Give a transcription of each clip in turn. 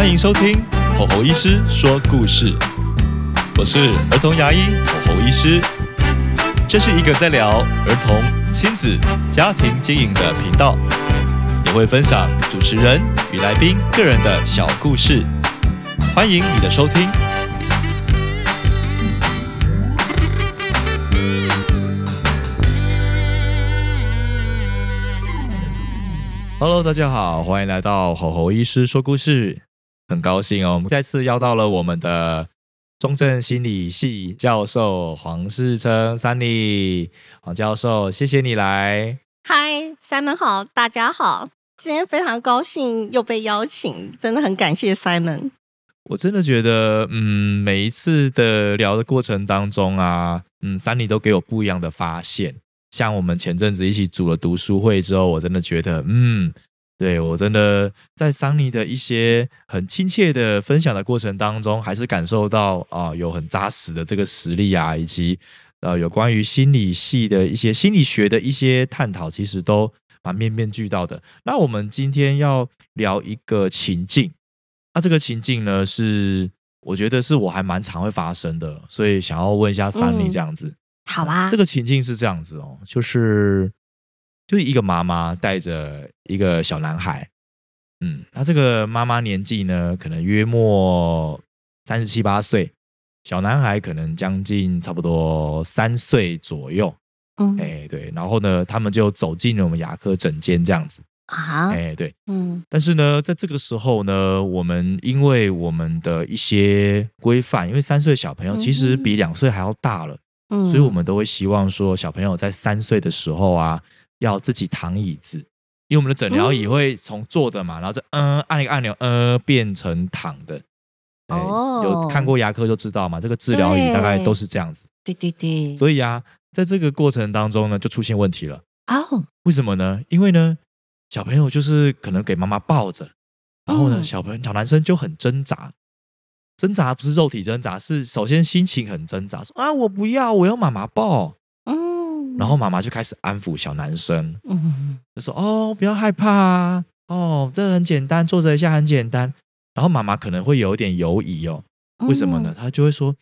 欢迎收听吼吼医师说故事，我是儿童牙医吼吼医师。这是一个在聊儿童、亲子、家庭经营的频道，也会分享主持人与来宾个人的小故事。欢迎你的收听。Hello， 大家好，欢迎来到吼吼医师说故事。很高兴哦，我们再次邀到了我们的中正心理系教授黄世称 Sunny 黄教授，谢谢你来。 嗨 Simon 好，大家好，今天非常高兴又被邀请，真的很感谢 Simon。 我真的觉得每一次的聊的过程当中啊，Sunny 都给我不一样的发现。像我们前阵子一起组了读书会之后，我真的觉得对，我真的在Sunny的一些很亲切的分享的过程当中，还是感受到有很扎实的这个实力啊，以及有关于心理系的一些心理学的一些探讨，其实都蛮面面俱到的。那我们今天要聊一个情境，那这个情境呢是我觉得是我还蛮常会发生的，所以想要问一下Sunny这样子。 好啊， 这个情境是这样子哦，就是一个妈妈带着一个小男孩，那这个妈妈年纪呢，可能约莫37、8岁，小男孩可能将近差不多3岁左右，对，然后呢，他们就走进了我们牙科诊间这样子。对，但是呢，在这个时候呢，我们因为我们的一些规范，因为3岁小朋友其实比2岁还要大了。所以我们都会希望说小朋友在3岁的时候啊，要自己躺椅子，因为我们的诊疗椅会从坐的嘛，然后就按一个按钮变成躺的。有看过牙科就知道嘛，这个治疗椅大概都是这样子。 对。 所以啊，在这个过程当中呢，就出现问题了。为什么呢？因为呢，小朋友就是可能给妈妈抱着，然后呢，小男生就很挣扎。挣扎不是肉体挣扎，是首先心情很挣扎，说我不要，我要妈妈抱。然后妈妈就开始安抚小男生，就说不要害怕啊，这很简单，坐着一下很简单。然后妈妈可能会有点犹疑哦，为什么呢？她就会说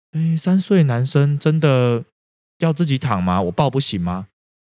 ，3岁男生真的要自己躺吗？我抱不行吗？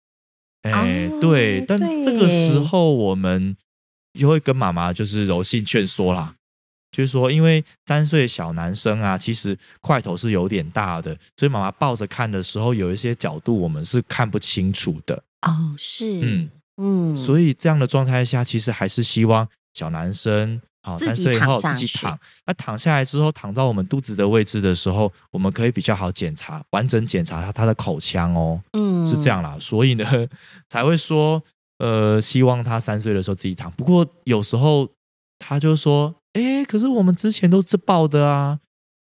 对，但这个时候我们就会跟妈妈就是柔性劝说啦。就是说，因为3岁小男生啊，其实块头是有点大的，所以妈妈抱着看的时候，有一些角度我们是看不清楚的。 是， 所以这样的状态下，其实还是希望小男生3岁以后自己躺。那躺下来之后，躺到我们肚子的位置的时候，我们可以比较好检查，完整检查他的口腔哦。是这样啦。所以呢，才会说，希望他3岁的时候自己躺。不过有时候他就说。可是我们之前都是抱的啊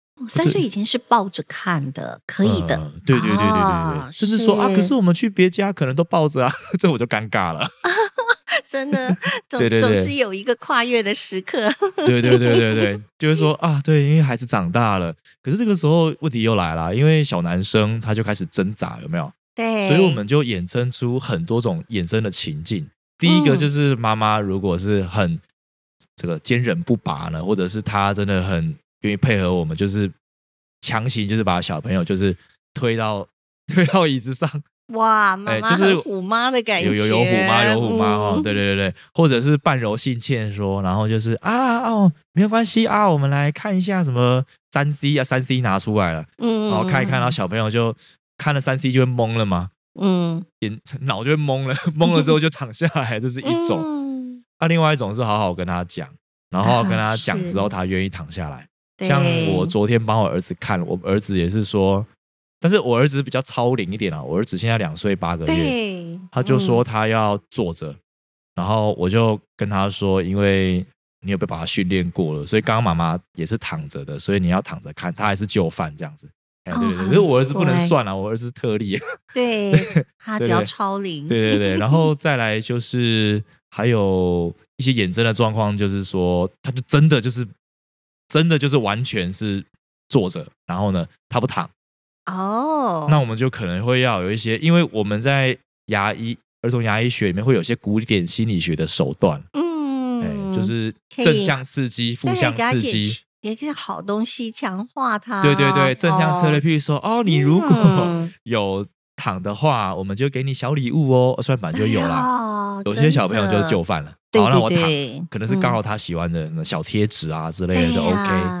，3岁以前是抱着看的，可以的。 对，甚至说可是我们去别家可能都抱着啊，这我就尴尬了。 真的，总是有一个跨越的时刻。 对，就是说对，因为孩子长大了，可是这个时候问题又来了，因为小男生他就开始挣扎，有没有？ 对， 所以我们就衍生出很多种衍生的情境。第一个就是妈妈如果是很这个坚韧不拔呢，或者是他真的很愿意配合我们，就是强行就是把小朋友就是推到椅子上。 哇，妈妈很虎妈的感觉。 有虎妈对，或者是半柔性劝说，然后就是没有关系我们来看一下什么3C 3C 拿出来了，然后看一看，然后小朋友就看了3C 就会懵了嘛，脑就会懵了，懵了之后就躺下来，这是一种。另外一种是好好跟他讲，然后跟他讲之后他愿意躺下来。像我昨天帮我儿子看，我儿子也是说，但是我儿子比较超龄一点我儿子现在2岁8个月，他就说他要坐着，然后我就跟他说，因为你有被把他训练过了，所以刚刚妈妈也是躺着的，所以你要躺着看，他还是就范这样子。对，可是我儿子不能算我儿子是特例。 对，他比较超龄。 对，然后再来就是还有一些衍生的状况，就是说他就真的就是完全是坐着，然后呢他不躺。那我们就可能会要有一些，因为我们在儿童牙医学里面会有一些古典心理学的手段。 就是正向刺激、负向刺激， 也可以好东西强化它。 对对对，正向策略，譬如说你如果有糖的话，我们就给你小礼物哦。虽然本来就有啦，有些小朋友就就范了。好，那我糖可能是刚好他喜欢的小贴纸啊之类的就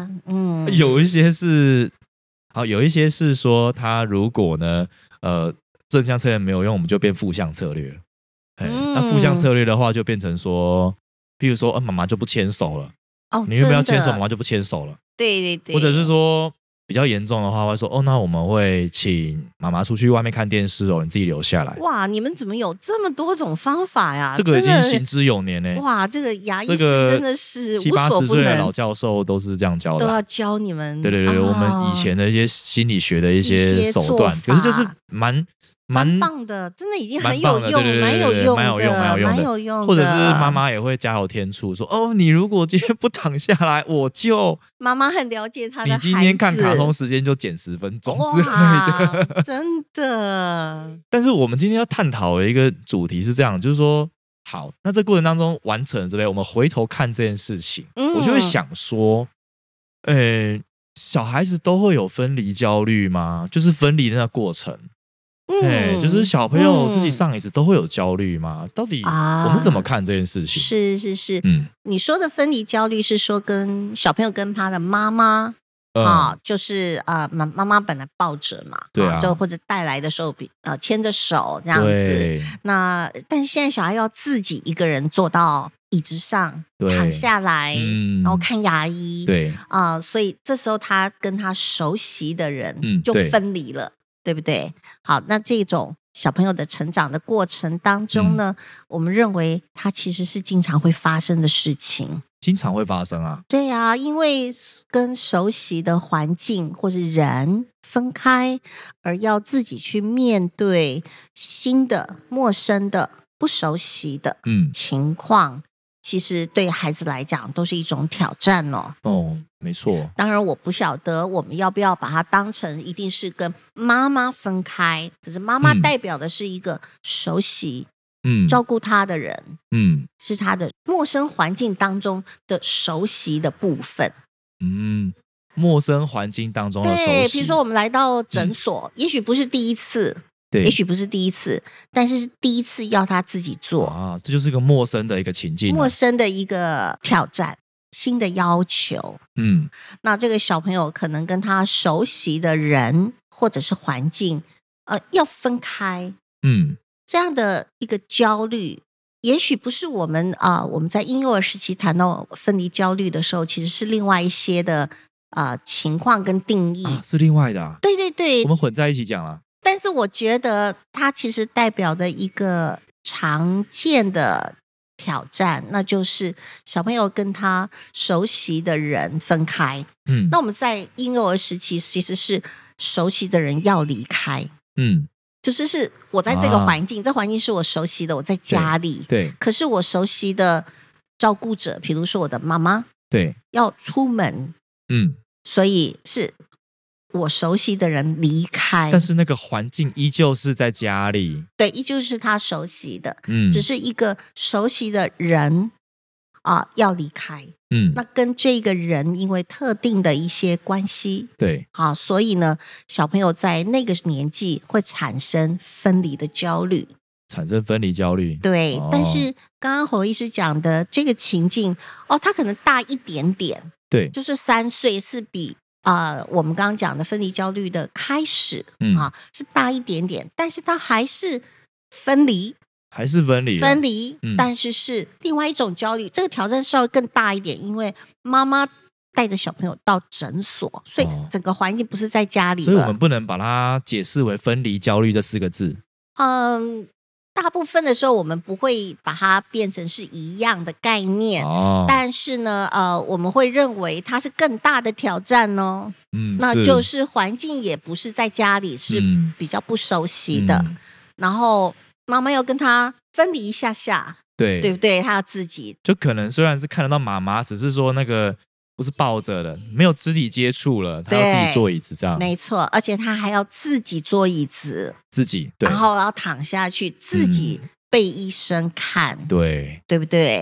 OK。有一些是说他如果呢正向策略没有用，我们就变负向策略了。那负向策略的话，就变成说，譬如说妈妈就不牵手了。你要不要牵手？妈妈就不牵手了。 对对对。 或者是说比较严重的话，会说那我们会请妈妈出去外面看电视哦，你自己留下来。 哇，你们怎么有这么多种方法呀？ 这个已经行之有年呢。 哇，这个牙医师真的是无所不能 70-80岁的老教授都是这样教的， 都要教你们。 对对对，我们以前的一些心理学的一些手段，可是就是蛮棒的，真的已经很有用，蛮有用的。 或者是妈妈也会加油添醋说你如果今天不躺下来，我就妈妈很了解她的孩子， 你今天看卡通时间就减10分钟之类的， 真的。 但是我们今天要探讨的一个主题是这样，就是说，好，那这过程当中完成了之类，我们回头看这件事情，我就会想说，小孩子都会有分离焦虑吗？就是分离的那个过程。就是小朋友自己上椅子都会有焦虑吗？到底我们怎么看这件事情？ 是，你说的分离焦虑是说跟小朋友跟他的妈妈就是妈妈本来抱着嘛， 对啊， 就或者带来的时候牵着手这样子。那但是现在小孩要自己一个人坐到椅子上躺下来，然后看牙医， 对所以这时候他跟他熟悉的人就分离了。对不对？好，那这种小朋友的成长的过程当中呢，我们认为它其实是经常会发生的事情。 经常会发生啊。 对啊，因为跟熟悉的环境或者人分开，而要自己去面对新的、陌生的、不熟悉的情况，其实对孩子来讲都是一种挑战哦。 没错。 当然我不晓得我们要不要把它当成一定是跟妈妈分开，可是妈妈代表的是一个熟悉照顾他的人，是他的陌生环境当中的熟悉的部分。 陌生环境当中的熟悉。对， 比如说我们来到诊所，也许不是第一次，也许不是第一次，但是第一次要他自己做这就是一个陌生的一个情境， 陌生的一个挑战，新的要求。那这个小朋友可能跟他熟悉的人或者是环境要分开，这样的一个焦虑，也许不是我们在婴幼儿时期谈到分离焦虑的时候，其实是另外一些的情况跟定义， 是另外的。 对对对， 我们混在一起讲了。 但是我觉得它其实代表的一个常见的挑战，那就是小朋友跟他熟悉的人分开。那我们在婴幼儿时期其实是熟悉的人要离开，就是我在这个环境，这环境是我熟悉的，我在家里， 对， 可是我熟悉的照顾者，比如说我的妈妈， 对， 要出门，所以是我熟悉的人离开， 但是那个环境依旧是在家里， 对，依旧是他熟悉的，只是一个熟悉的人要离开，那跟这个人因为特定的一些关系， 对， 所以呢，小朋友在那个年纪会产生分离的焦虑， 对， 但是刚刚侯医师讲的这个情境，他可能大一点点， 对， 就是3岁是比我们刚刚讲的分离焦虑的开始，是大一点点，但是他还是分离，但是是另外一种焦虑，这个挑战稍微更大一点，因为妈妈带着小朋友到诊所，所以整个环境不是在家里了， 所以我们不能把它解释为分离焦虑这4个字。 大部分的时候我们不会把它变成是一样的概念，但是呢，我们会认为它是更大的挑战哦。那就是环境也不是在家里，是比较不熟悉的，然后妈妈要跟他分离一下下，对不对？他要自己， 就可能虽然是看得到妈妈，只是说那个不是抱着的，没有肢体接触了，他要自己坐椅子这样。 没错，而且他还要自己坐椅子， 自己，对， 然后要躺下去，自己被医生看， 对不对？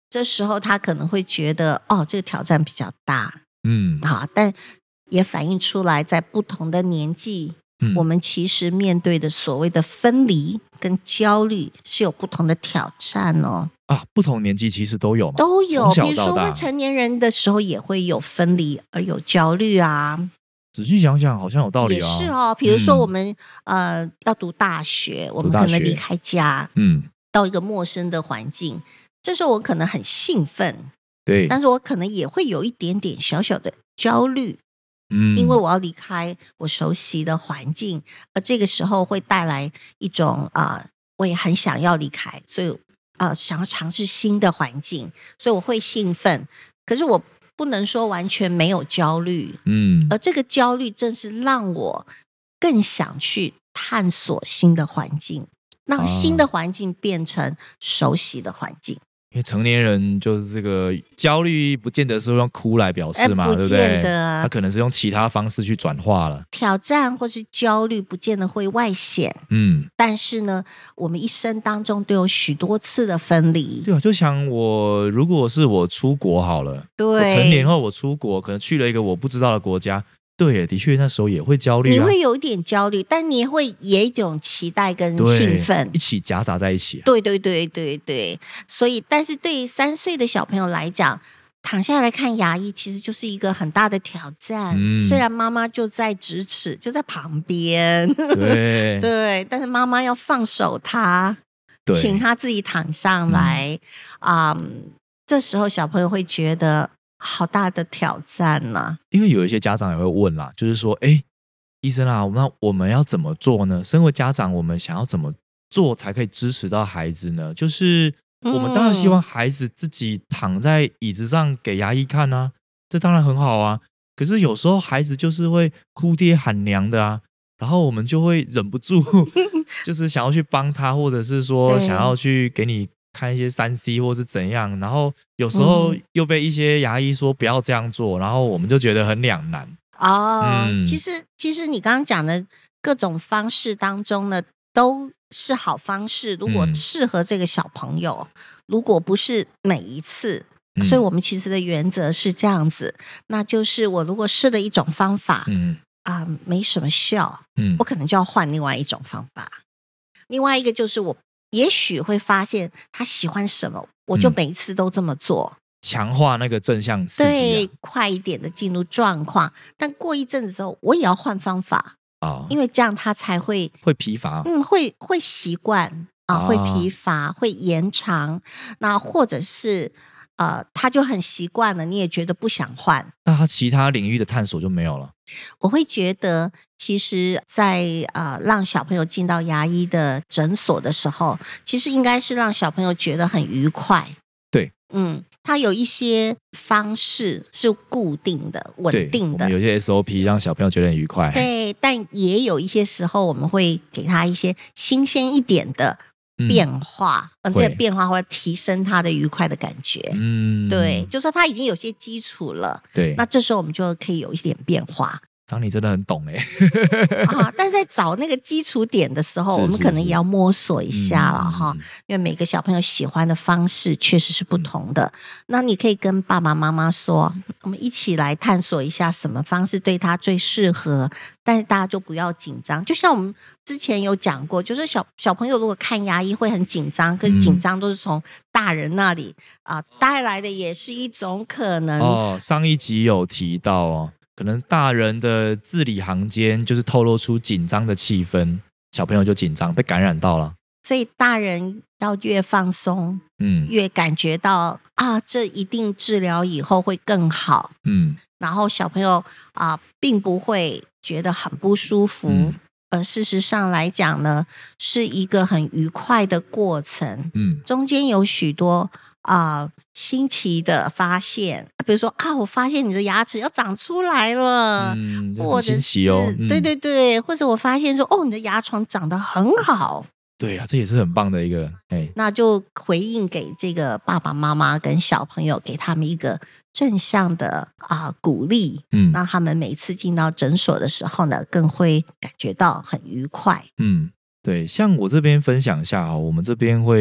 这时候他可能会觉得这个挑战比较大，但也反映出来在不同的年纪，我们其实面对的所谓的分离跟焦虑是有不同的挑战哦。 不同年纪其实都有嘛， 都有，比如说未成年人的时候也会有分离而有焦虑啊。 仔细想想好像有道理也是哦，比如说我们要读大学，我们可能离开家，到一个陌生的环境，这时候我可能很兴奋， 对， 但是我可能也会有一点点小小的焦虑，因为我要离开我熟悉的环境，而这个时候会带来一种我也很想要离开，所以想要尝试新的环境，所以我会兴奋，可是我不能说完全没有焦虑，而这个焦虑正是让我更想去探索新的环境，让新的环境变成熟悉的环境。 因为成年人就是这个焦虑不见得是用哭来表示嘛，对不对？他可能是用其他方式去转化了。 挑战或是焦虑不见得会外显，但是呢，我们一生当中都有许多次的分离。 对啊，就想如果是我出国好了， 对， 我成年后我出国，可能去了一个我不知道的国家。对，的确那时候也会焦虑， 你会有一点焦虑，但你也有一种期待跟兴奋， 一起夹杂在一起。 对，所以但是对于3岁的小朋友来讲，躺下来看牙医其实就是一个很大的挑战，虽然妈妈就在咫尺，就在旁边，对，但是妈妈要放手他，请他自己躺上来，这时候小朋友会觉得好大的挑战啊。 因为有一些家长也会问啦，就是说医生啊，那我们要怎么做呢？身为家长，我们想要怎么做才可以支持到孩子呢？就是我们当然希望孩子自己躺在椅子上给牙医看啊，这当然很好啊。可是有时候孩子就是会哭爹喊娘的啊，然后我们就会忍不住就是想要去帮他，或者是说想要去给你看一些3C 或是怎样，然后有时候又被一些牙医说不要这样做，然后我们就觉得很两难。 其实你刚刚讲的各种方式当中呢，都是好方式，如果适合这个小朋友，如果不是每一次，所以我们其实的原则是这样子，那就是我如果试了一种方法没什么效，我可能就要换另外一种方法。另外一个就是我也许会发现他喜欢什么，我就每一次都这么做， 强化那个正向刺激， 对，快一点的进入状况。但过一阵子之后，我也要换方法因为这样他才会疲乏， 会习惯会疲乏，会延长。那或者是他就很习惯了，你也觉得不想换， 那他其他领域的探索就没有了。 我会觉得，其实在让小朋友进到牙医的诊所的时候，其实应该是让小朋友觉得很愉快。 对， 他有一些方式是固定的、稳定的， 有些 SOP 让小朋友觉得很愉快。 对，但也有一些时候，我们会给他一些新鲜一点的变化，这个变化会提升他的愉快的感觉。对，就说他已经有些基础了， 对， 那这时候我们就可以有一点变化。 张你真的很懂但在找那个基础点的时候，我们可能也要摸索一下了因为每个小朋友喜欢的方式确实是不同的。那你可以跟爸爸妈妈说，我们一起来探索一下什么方式对他最适合，但是大家就不要紧张。就像我们之前有讲过，就是小朋友如果看牙医会很紧张，可是紧张都是从大人那里带来的，也是一种可能。 上一集有提到可能大人的字里行间就是透露出紧张的气氛，小朋友就紧张，被感染到了。 所以大人要越放松，越感觉到这一定治疗以后会更好，然后小朋友并不会觉得很不舒服，事实上来讲呢，是一个很愉快的过程，中间有许多新奇的发现，比如说我发现你的牙齿要长出来了，或者是对，或者我发现说你的牙床长得很好。 对啊，这也是很棒的一个那就回应给这个爸爸妈妈跟小朋友，给他们一个正向的鼓励，让他们每次进到诊所的时候呢，更会感觉到很愉快。 对，像我这边分享一下我们这边会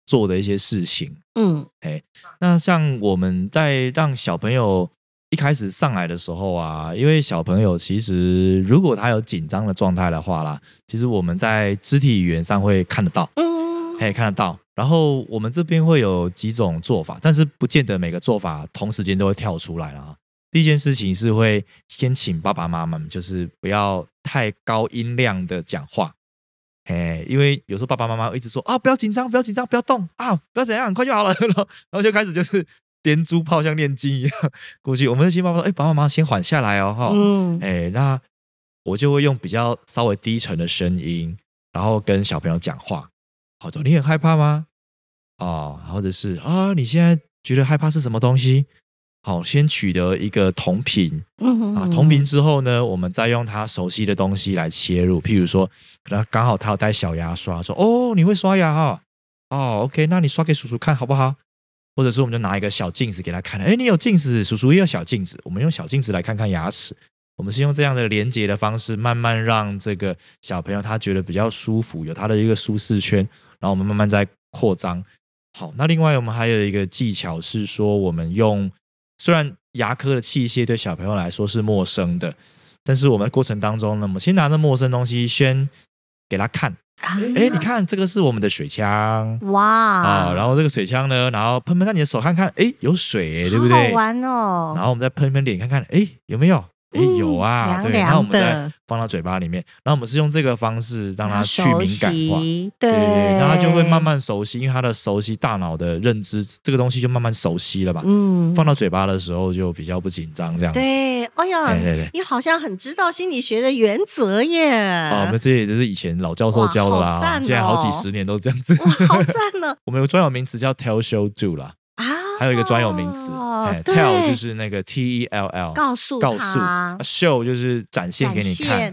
做的一些事情。那像我们在让小朋友一开始上来的时候啊，因为小朋友其实如果他有紧张的状态的话啦，其实我们在肢体语言上会看得到，看得到。然后我们这边会有几种做法，但是不见得每个做法同时间都会跳出来啦。第一件事情是会先请爸爸妈妈们就是不要太高音量的讲话，因为有时候爸爸妈妈一直说啊不要紧张不要紧张不要动啊不要怎样很快就好了，然后就开始就是连珠炮像念经一样过去。我们就先爸爸说爸爸妈妈先缓下来哦，那我就会用比较稍微低沉的声音，然后跟小朋友讲话。好的，你很害怕吗？或者是你现在觉得害怕是什么东西？好，先取得一个铜瓶，铜瓶之后呢，我们再用他熟悉的东西来切入，譬如说，可能刚好他有带小牙刷，说你会刷牙哈，OK， 那你刷给叔叔看好不好？或者是我们就拿一个小镜子给他看，你有镜子，叔叔也有小镜子，我们用小镜子来看看牙齿。我们是用这样的连结的方式，慢慢让这个小朋友他觉得比较舒服，有他的一个舒适圈，然后我们慢慢再扩张。好，那另外我们还有一个技巧是说，我们用虽然牙科的器械对小朋友来说是陌生的，但是我们在过程当中呢，我们先拿着陌生东西先给他看，你看这个是我们的水枪，哇然后这个水枪呢，然后喷喷在你的手看看，有水对不对？ 好玩哦。 然后我们再喷喷脸看看，有没有？有啊， 凉凉的， 对，然后我们再放到嘴巴里面，然后我们是用这个方式让他去敏感化，对，然后他就会慢慢熟悉，因为他的熟悉大脑的认知，这个东西就慢慢熟悉了嘛。放到嘴巴的时候就比较不紧张，这样子。 对，对，你好像很知道心理学的原则耶。 那这也就是以前老教授教的啦，现在好几十年都这样子。 好赞呢！ 我们有专有名词叫 tell show do 啦。还有一个专有名词，tell 就是那个 tell 告诉 show 就是展现给你看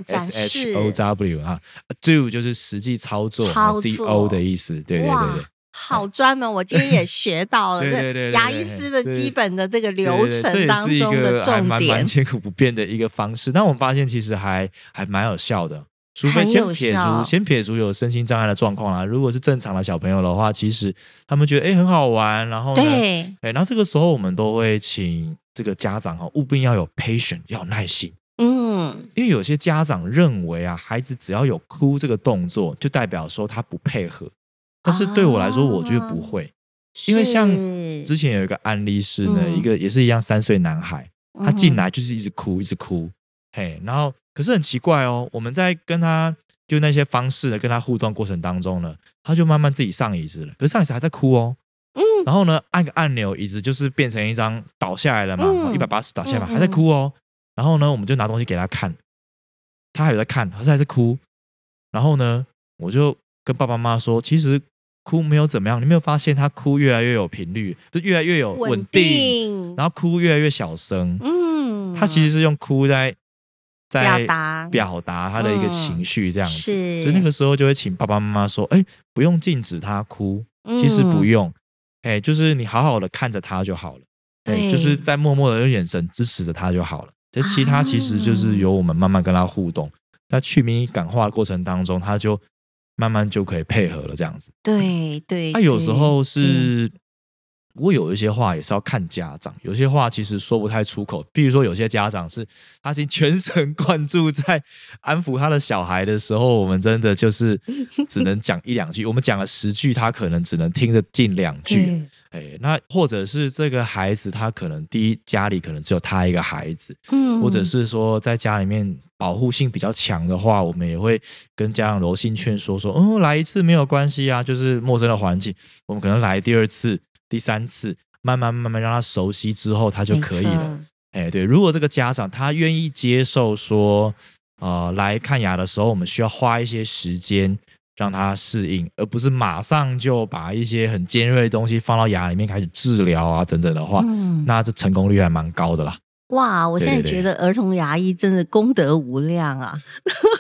show do 就是实际操作 do 的意思，对对对。 好专门，我今天也学到了。对，牙医师的基本的这个流程当中的重点， 蛮千古不变的一个方式。但我们发现其实还蛮有效的。除非先撇除有身心障碍的状况啦，如果是正常的小朋友的话，其实他们觉得很好玩，然后呢，然后这个时候我们都会请这个家长务必要有 patience， 要有耐心。因为有些家长认为孩子只要有哭这个动作，就代表说他不配合。但是对我来说，我觉得不会，因为像之前有一个案例是呢，一个也是一样3岁男孩，他进来就是一直哭，一直哭。然后可是很奇怪我们在跟他就那些方式的跟他互动过程当中呢，他就慢慢自己上椅子了，可是上椅子还在哭然后呢按个按钮，椅子就是变成一张倒下来了嘛，180倒下来嘛，还在哭然后呢我们就拿东西给他看，他还有在看，可是还是哭。然后呢我就跟爸爸妈妈说，其实哭没有怎么样，你没有发现他哭越来越有频率，就越来越有稳定，然后哭越来越小声。他其实是用哭在表达他的一个情绪这样子，所以那个时候就会请爸爸妈妈说，不用禁止他哭，其实不用，就是你好好的看着他就好了，就是在默默的用眼神支持着他就好了。这其他其实就是由我们慢慢跟他互动，在去敏感化的过程当中，他就慢慢就可以配合了这样子。 对， 他有时候是。不过有一些话也是要看家长，有些话其实说不太出口。比如说有些家长是他已经全神贯注在安抚他的小孩的时候，我们真的就是只能讲1-2句，我们讲了10句，他可能只能听得进2句。那或者是这个孩子他可能家里可能只有他一个孩子，或者是说在家里面保护性比较强的话，我们也会跟家长柔性劝说来一次没有关系啊，就是陌生的环境，我们可能来第2次第3次，慢慢让他熟悉之后，他就可以了。对，如果这个家长他愿意接受说，来看牙的时候，我们需要花一些时间让他适应，而不是马上就把一些很尖锐的东西放到牙里面开始治疗啊等等的话，那这成功率还蛮高的啦。 哇，我现在觉得儿童牙医真的功德无量啊！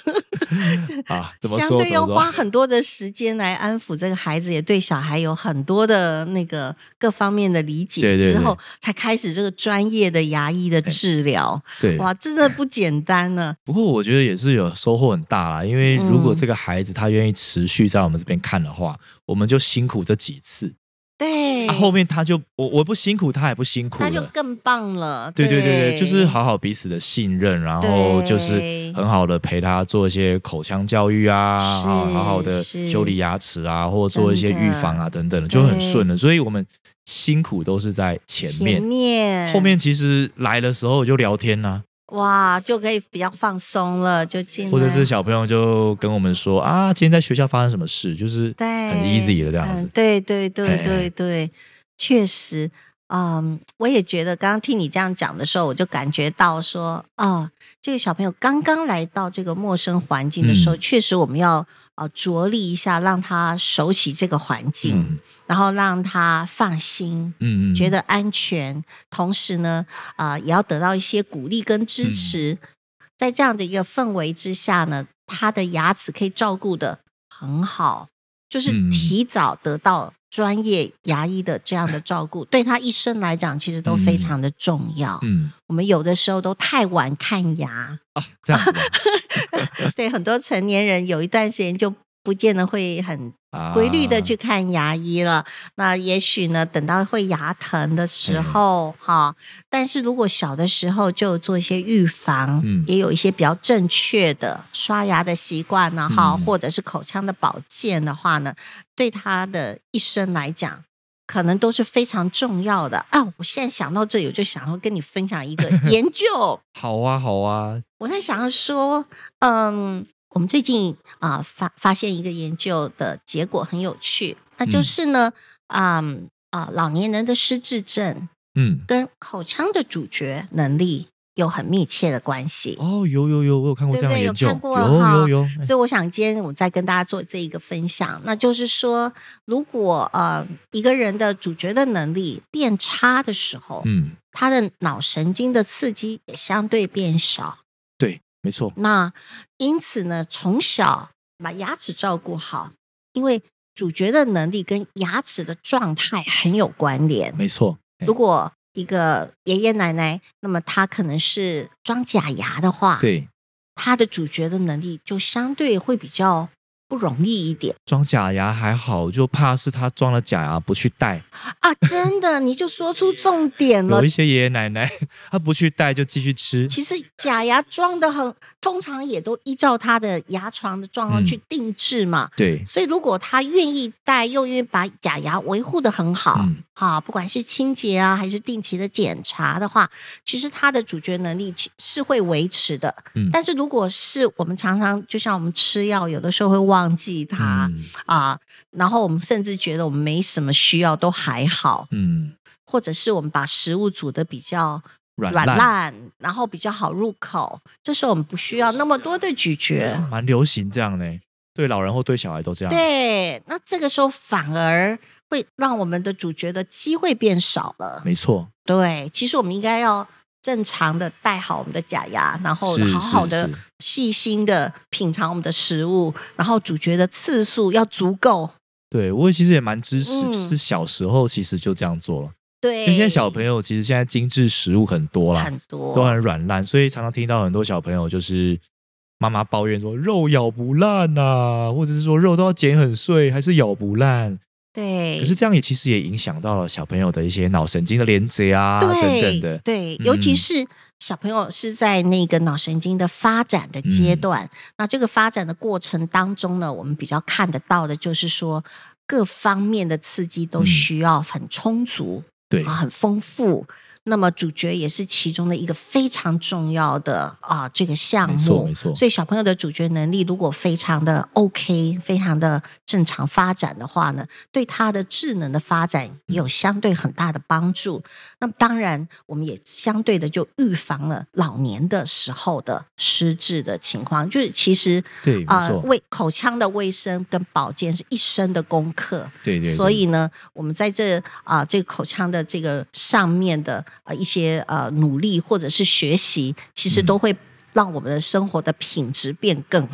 怎么说？ 相对要花很多的时间来安抚这个孩子，也对小孩有很多的那个各方面的理解之后，才开始这个专业的牙医的治疗。 对， 哇，真的不简单呢。 不过我觉得也是有收获很大啦，因为如果这个孩子他愿意持续在我们这边看的话，我们就辛苦这几次。 对， 后面他就我不辛苦，他也不辛苦了， 他就更棒了。 对，就是好好彼此的信任，然后就是很好的陪他做一些口腔教育啊，好好的修理牙齿啊，或者做一些预防啊等等的，就很顺了。所以我们辛苦都是在前面，后面其实来的时候就聊天啊。 哇，就可以比较放松了，就进来， 或者是小朋友就跟我们说啊，今天在学校发生什么事，就是很 easy 的这样子。 对，确实，我也觉得刚刚听你这样讲的时候，我就感觉到说，这个小朋友刚刚来到这个陌生环境的时候，确实我们要着力一下，让他熟悉这个环境，然后让他放心，觉得安全，同时呢，也要得到一些鼓励跟支持。在这样的一个氛围之下呢，他的牙齿可以照顾得很好，就是提早得到专业牙医的这样的照顾，对他一生来讲其实都非常的重要。我们有的时候都太晚看牙这样子对，很多成年人有一段时间就不见得会很规律的去看牙医了，那也许呢等到会牙疼的时候但是如果小的时候就做一些预防，也有一些比较正确的刷牙的习惯呢或者是口腔的保健的话呢，对他的一生来讲可能都是非常重要的我现在想到这里，我就想要跟你分享一个研究好啊，我在想要说我们最近发现一个研究的结果很有趣，那就是呢老年人的失智症跟口腔的咀嚼能力有很密切的关系。 有，我有看过这样的研究， 有看过有。所以我想今天我再跟大家做这一个分享，那就是说，如果一个人的咀嚼的能力变差的时候，他的脑神经的刺激也相对变少。 对，没错。 那因此呢，从小把牙齿照顾好，因为咀嚼的能力跟牙齿的状态很有关联。 没错。 如果一个爷爷奶奶，那么他可能是装假牙的话， 对， 他的咀嚼的能力就相对会比较不容易一点。 装假牙还好，就怕是他装了假牙不去戴真的你就说出重点了。 有一些爷爷奶奶他不去戴就继续吃。 其实假牙装的很，通常也都依照他的牙床的状况去定制嘛。 对， 所以如果他愿意戴，又愿意把假牙维护的很好，不管是清洁还是定期的检查的话，其实他的咀嚼能力是会维持的。但是如果是我们常常就像我们吃药，有的时候会忘记它然后我们甚至觉得我们没什么需要，都还好，或者是我们把食物煮的比较软烂，然后比较好入口，这时候我们不需要那么多的咀嚼。 蛮流行这样呢，对老人或对小孩都这样。 对，那这个时候反而会让我们的咀嚼的机会变少了。 没错。 对，其实我们应该要正常的戴好我们的假牙，然后好好的细心的品尝我们的食物，然后咀嚼的次数要足够。 对，我其实也蛮支持，是小时候其实就这样做了。 对， 因为现在小朋友其实现在精致食物很多啦， 很多都很软烂，所以常常听到很多小朋友就是妈妈抱怨说肉咬不烂或者是说肉都要剪很碎还是咬不烂。 对， 可是这样其实也影响到了小朋友的一些脑神经的连接等等的。 对，尤其是小朋友是在那个脑神经的发展的阶段，那这个发展的过程当中呢，我们比较看得到的就是说各方面的刺激都需要很充足， 对很丰富。那么咀嚼也是其中的一个非常重要的这个项目。 没错。 所以小朋友的咀嚼能力如果非常的 OK， 非常的正常发展的话呢，对他的智能的发展也有相对很大的帮助。那么当然我们也相对的就预防了老年的时候的失智的情况。就是其实对，没错， 口腔的卫生跟保健是一生的功课。 对， 所以呢我们在这个口腔的这个上面的一些努力或者是学习，其实都会让我们的生活的品质变更好。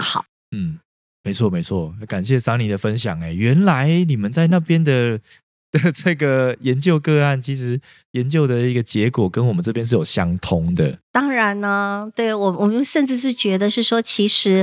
没错没错，感谢桑尼的分享。原来你们在那边的这个研究个案，其实研究的一个结果跟我们这边是有相通的。 当然呢，对，我们甚至是觉得是说，其实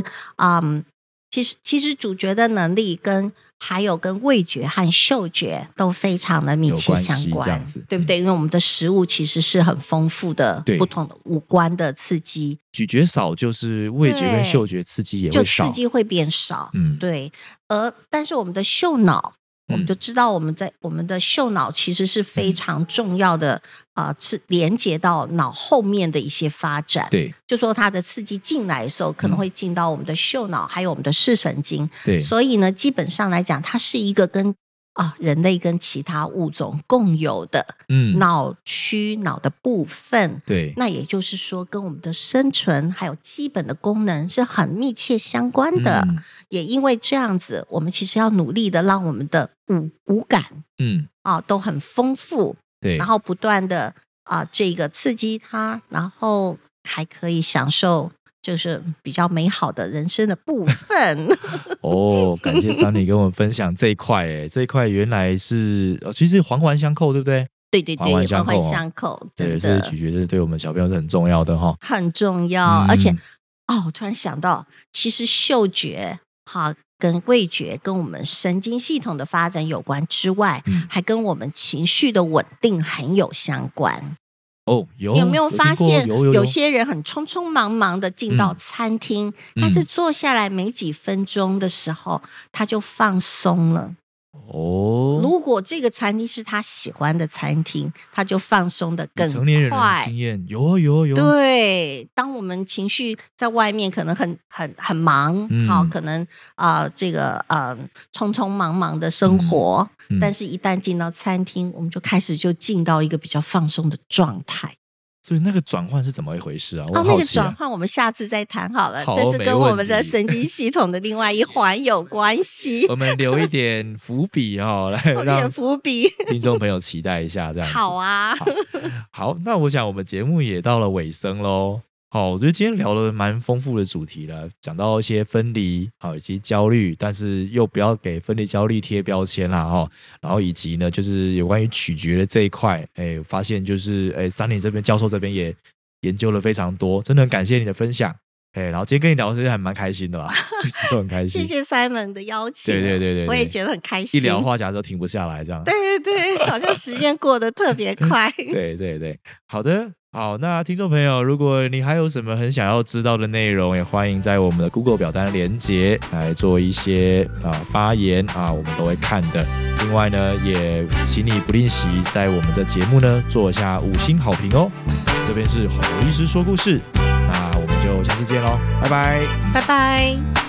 主角的能力还有跟味觉和嗅觉都非常的密切相关， 这样子对不对？因为我们的食物其实是很丰富的不同的五官的刺激， 咀嚼少就是味觉跟嗅觉刺激也会少， 就刺激会变少。对。但是我们的嗅脑，我们就知道我们的嗅脑其实是非常重要的是连接到脑后面的一些发展。 对， 就说它的刺激进来的时候，可能会进到我们的嗅脑，还有我们的视神经。 对， 所以呢，基本上来讲，它是一个跟人类跟其他物种共有的脑区脑的部分。 对， 那也就是说，跟我们的生存还有基本的功能是很密切相关的。也因为这样子，我们其实要努力的让我们的五感都很丰富。对，然后不断的这个刺激它，然后还可以享受就是比较美好的人生的部分。 感谢桑尼跟我们分享这一块。这一块原来是其实环环相扣，对不对？ 对对对，环环相扣， 对，所以咀嚼是对我们小朋友是很重要的很重要。而且我突然想到，其实嗅觉跟味觉跟我们神经系统的发展有关之外，还跟我们情绪的稳定很有相关。有没有发现有些人很匆匆忙忙的进到餐厅，但是坐下来没几分钟的时候他就放松了。如果这个餐厅是他喜欢的餐厅，他就放松的更快。 成年人的经验有。 对，当我们情绪在外面可能很忙，可能这个匆匆忙忙的生活，但是一旦进到餐厅，我们就开始进到一个比较放松的状态。 所以那个转换是怎么一回事啊？ 那个转换我们下次再谈好了。这是跟我们的神经系统的另外一环有关系。 我们留一点伏笔来让听众朋友期待一下，这样子。 好啊。 好，那我想我们节目也到了尾声咯。我觉得今天聊了蛮丰富的主题了，讲到一些分离以及焦虑，但是又不要给分离焦虑贴标签啦然后以及呢就是有关于咀嚼的这一块，发现就是桑尼这边教授这边也研究了非常多，真的很感谢你的分享。然后今天跟你聊的时候还蛮开心的啦，一直都很开心。 谢谢 Simon 的邀请。 对， 我也觉得很开心。 一聊话匣都停不下来，这样。 对，好像时间过得特别快。 对，好的。好，那听众朋友，如果你还有什么很想要知道的内容，也欢迎在我们的 Google 表单连结来做一些发言我们都会看的。另外呢，也请你不吝惜在我们的节目呢做一下5星好评哦。这边是好医师说故事，那我们就下次见咯，拜拜。